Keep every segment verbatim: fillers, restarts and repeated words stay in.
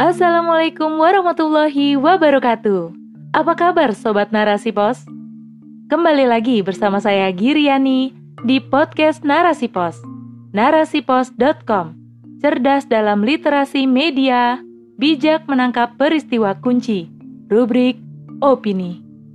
Assalamualaikum warahmatullahi wabarakatuh. Apa kabar Sobat Narasi Pos? Kembali lagi bersama saya Giriani di podcast Narasi Pos, narasipos dot com. Cerdas dalam literasi media, bijak menangkap peristiwa kunci. Rubrik Opini.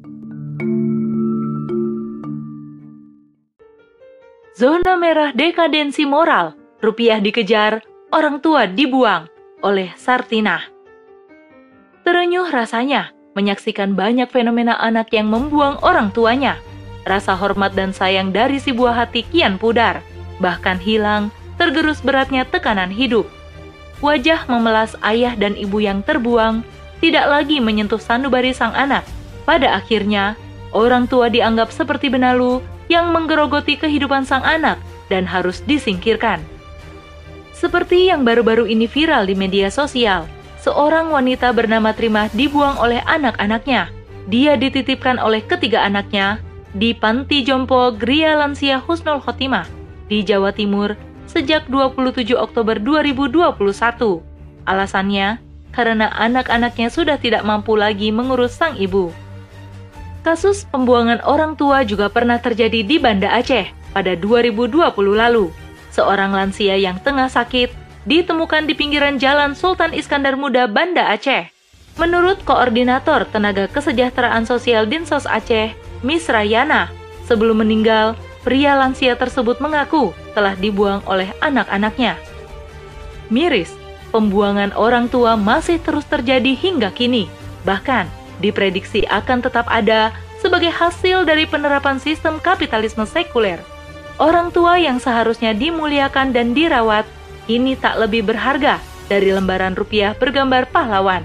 Zona merah dekadensi moral, rupiah dikejar, orang tua dibuang, oleh Sartinah. Terenyuh rasanya menyaksikan banyak fenomena anak yang membuang orang tuanya. Rasa hormat dan sayang dari si buah hati kian pudar, bahkan hilang tergerus beratnya tekanan hidup. Wajah memelas ayah dan ibu yang terbuang tidak lagi menyentuh sanubari sang anak. Pada akhirnya, orang tua dianggap seperti benalu yang menggerogoti kehidupan sang anak dan harus disingkirkan. Seperti yang baru-baru ini viral di media sosial, seorang wanita bernama Trimah dibuang oleh anak-anaknya. Dia dititipkan oleh ketiga anaknya di Panti Jompo Gria Lansia Husnul Khotimah di Jawa Timur sejak dua puluh tujuh Oktober dua ribu dua puluh satu. Alasannya, karena anak-anaknya sudah tidak mampu lagi mengurus sang ibu. Kasus pembuangan orang tua juga pernah terjadi di Banda Aceh pada dua ribu dua puluh lalu. Seorang lansia yang tengah sakit ditemukan di pinggiran Jalan Sultan Iskandar Muda, Banda Aceh. Menurut Koordinator Tenaga Kesejahteraan Sosial Dinsos Aceh, Misra Yana, sebelum meninggal, pria lansia tersebut mengaku telah dibuang oleh anak-anaknya. Miris, pembuangan orang tua masih terus terjadi hingga kini. Bahkan, diprediksi akan tetap ada sebagai hasil dari penerapan sistem kapitalisme sekuler. Orang tua yang seharusnya dimuliakan dan dirawat kini tak lebih berharga dari lembaran rupiah bergambar pahlawan.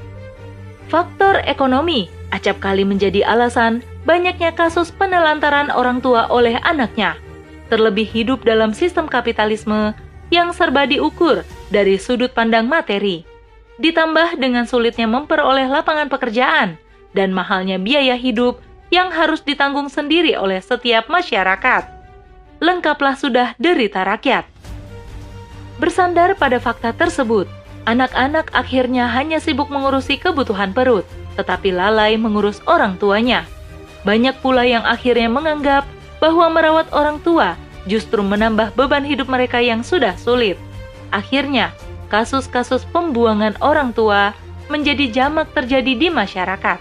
Faktor ekonomi acap kali menjadi alasan banyaknya kasus penelantaran orang tua oleh anaknya. Terlebih hidup dalam sistem kapitalisme yang serba diukur dari sudut pandang materi. Ditambah dengan sulitnya memperoleh lapangan pekerjaan dan mahalnya biaya hidup yang harus ditanggung sendiri oleh setiap masyarakat. Lengkaplah sudah derita rakyat. Bersandar pada fakta tersebut, anak-anak akhirnya hanya sibuk mengurusi kebutuhan perut, tetapi lalai mengurus orang tuanya. Banyak pula yang akhirnya menganggap bahwa merawat orang tua justru menambah beban hidup mereka yang sudah sulit. Akhirnya, kasus-kasus pembuangan orang tua menjadi jamak terjadi di masyarakat.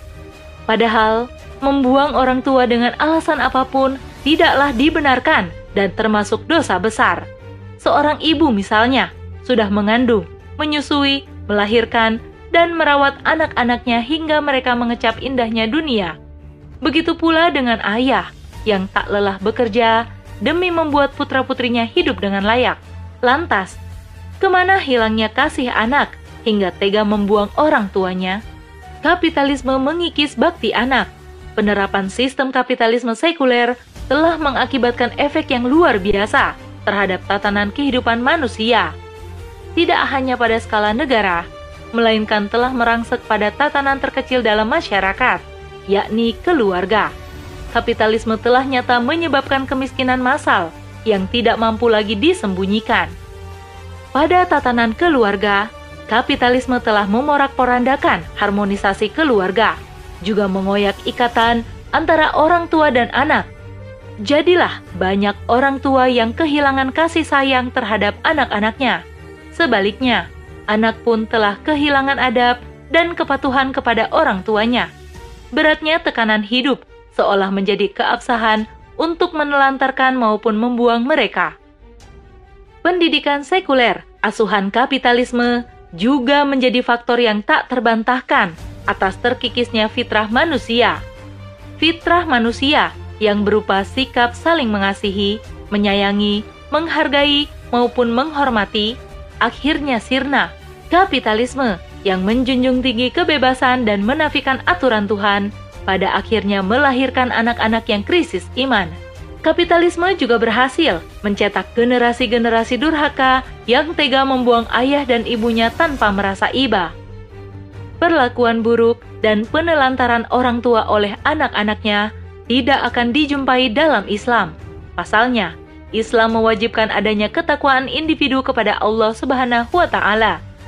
Padahal, membuang orang tua dengan alasan apapun tidaklah dibenarkan dan termasuk dosa besar. Seorang ibu misalnya, sudah mengandung, menyusui, melahirkan, dan merawat anak-anaknya hingga mereka mengecap indahnya dunia. Begitu pula dengan ayah yang tak lelah bekerja demi membuat putra-putrinya hidup dengan layak. Lantas, kemana hilangnya kasih anak hingga tega membuang orang tuanya? Kapitalisme mengikis bakti anak. Penerapan sistem kapitalisme sekuler telah mengakibatkan efek yang luar biasa terhadap tatanan kehidupan manusia. Tidak hanya pada skala negara, melainkan telah merangsek pada tatanan terkecil dalam masyarakat, yakni keluarga. Kapitalisme telah nyata menyebabkan kemiskinan massal yang tidak mampu lagi disembunyikan. Pada tatanan keluarga, kapitalisme telah memorak-porandakan harmonisasi keluarga, juga mengoyak ikatan antara orang tua dan anak. Jadilah banyak orang tua yang kehilangan kasih sayang terhadap anak-anaknya. Sebaliknya, anak pun telah kehilangan adab dan kepatuhan kepada orang tuanya. Beratnya tekanan hidup seolah menjadi keabsahan untuk menelantarkan maupun membuang mereka. Pendidikan sekuler, asuhan kapitalisme, juga menjadi faktor yang tak terbantahkan atas terkikisnya fitrah manusia. Fitrah manusia yang berupa sikap saling mengasihi, menyayangi, menghargai, maupun menghormati, akhirnya sirna. Kapitalisme yang menjunjung tinggi kebebasan dan menafikan aturan Tuhan, pada akhirnya melahirkan anak-anak yang krisis iman. Kapitalisme juga berhasil mencetak generasi-generasi durhaka yang tega membuang ayah dan ibunya tanpa merasa iba. Perlakuan buruk dan penelantaran orang tua oleh anak-anaknya tidak akan dijumpai dalam Islam. Pasalnya, Islam mewajibkan adanya ketakwaan individu kepada Allah Subhanahu wa Ta'ala.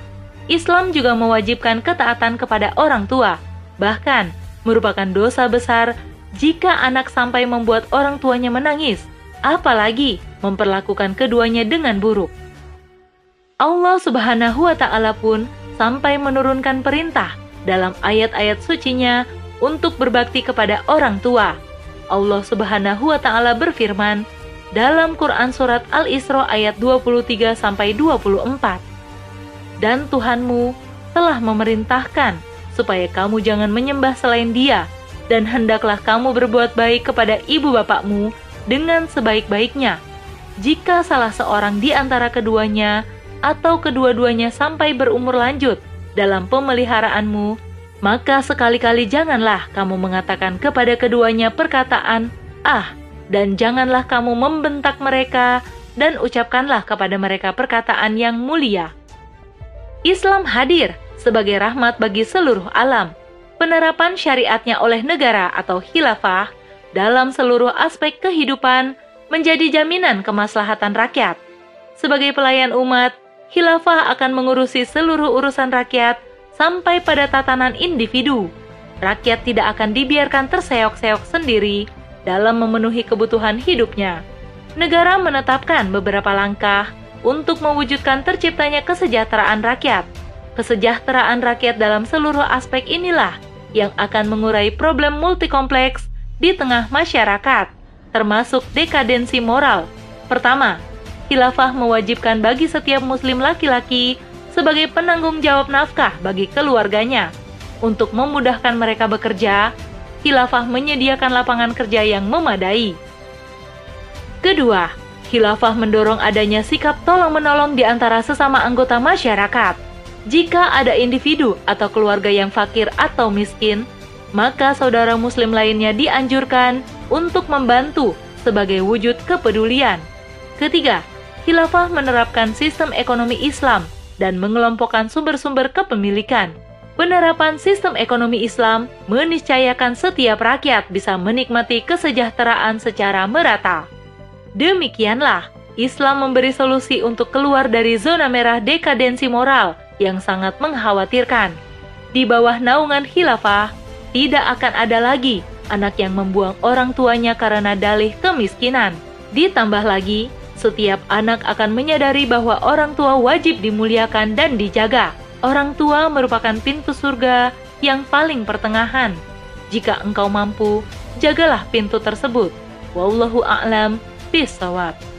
Islam juga mewajibkan ketaatan kepada orang tua. Bahkan, merupakan dosa besar jika anak sampai membuat orang tuanya menangis, apalagi memperlakukan keduanya dengan buruk. Allah Subhanahu wa Ta'ala pun sampai menurunkan perintah dalam ayat-ayat sucinya untuk berbakti kepada orang tua. Allah Subhanahu wa Ta'ala berfirman dalam Quran surat Al-Isra ayat dua puluh tiga sampai dua puluh empat. Dan Tuhanmu telah memerintahkan supaya kamu jangan menyembah selain Dia, dan hendaklah kamu berbuat baik kepada ibu bapakmu dengan sebaik-baiknya. Jika salah seorang di antara keduanya atau kedua-duanya sampai berumur lanjut dalam pemeliharaanmu, maka sekali-kali janganlah kamu mengatakan kepada keduanya perkataan "ah", dan janganlah kamu membentak mereka, dan ucapkanlah kepada mereka perkataan yang mulia. Islam hadir sebagai rahmat bagi seluruh alam. Penerapan syariatnya oleh negara atau khilafah dalam seluruh aspek kehidupan menjadi jaminan kemaslahatan rakyat. Sebagai pelayan umat, khilafah akan mengurusi seluruh urusan rakyat sampai pada tatanan individu. Rakyat tidak akan dibiarkan terseok-seok sendiri dalam memenuhi kebutuhan hidupnya. Negara menetapkan beberapa langkah untuk mewujudkan terciptanya kesejahteraan rakyat. Kesejahteraan rakyat dalam seluruh aspek inilah yang akan mengurai problem multikompleks di tengah masyarakat, termasuk dekadensi moral. Pertama, khilafah mewajibkan bagi setiap muslim laki-laki sebagai penanggung jawab nafkah bagi keluarganya. Untuk memudahkan mereka bekerja, khilafah menyediakan lapangan kerja yang memadai. Kedua, khilafah mendorong adanya sikap tolong-menolong di antara sesama anggota masyarakat. Jika ada individu atau keluarga yang fakir atau miskin, maka saudara muslim lainnya dianjurkan untuk membantu sebagai wujud kepedulian. Ketiga, khilafah menerapkan sistem ekonomi Islam dan mengelompokkan sumber-sumber kepemilikan. Penerapan sistem ekonomi Islam meniscayakan setiap rakyat bisa menikmati kesejahteraan secara merata. Demikianlah, Islam memberi solusi untuk keluar dari zona merah dekadensi moral yang sangat mengkhawatirkan. Di bawah naungan khilafah, tidak akan ada lagi anak yang membuang orang tuanya karena dalih kemiskinan. Ditambah lagi, setiap anak akan menyadari bahwa orang tua wajib dimuliakan dan dijaga. Orang tua merupakan pintu surga yang paling pertengahan. Jika engkau mampu, jagalah pintu tersebut. Wallahu a'lam bishawab.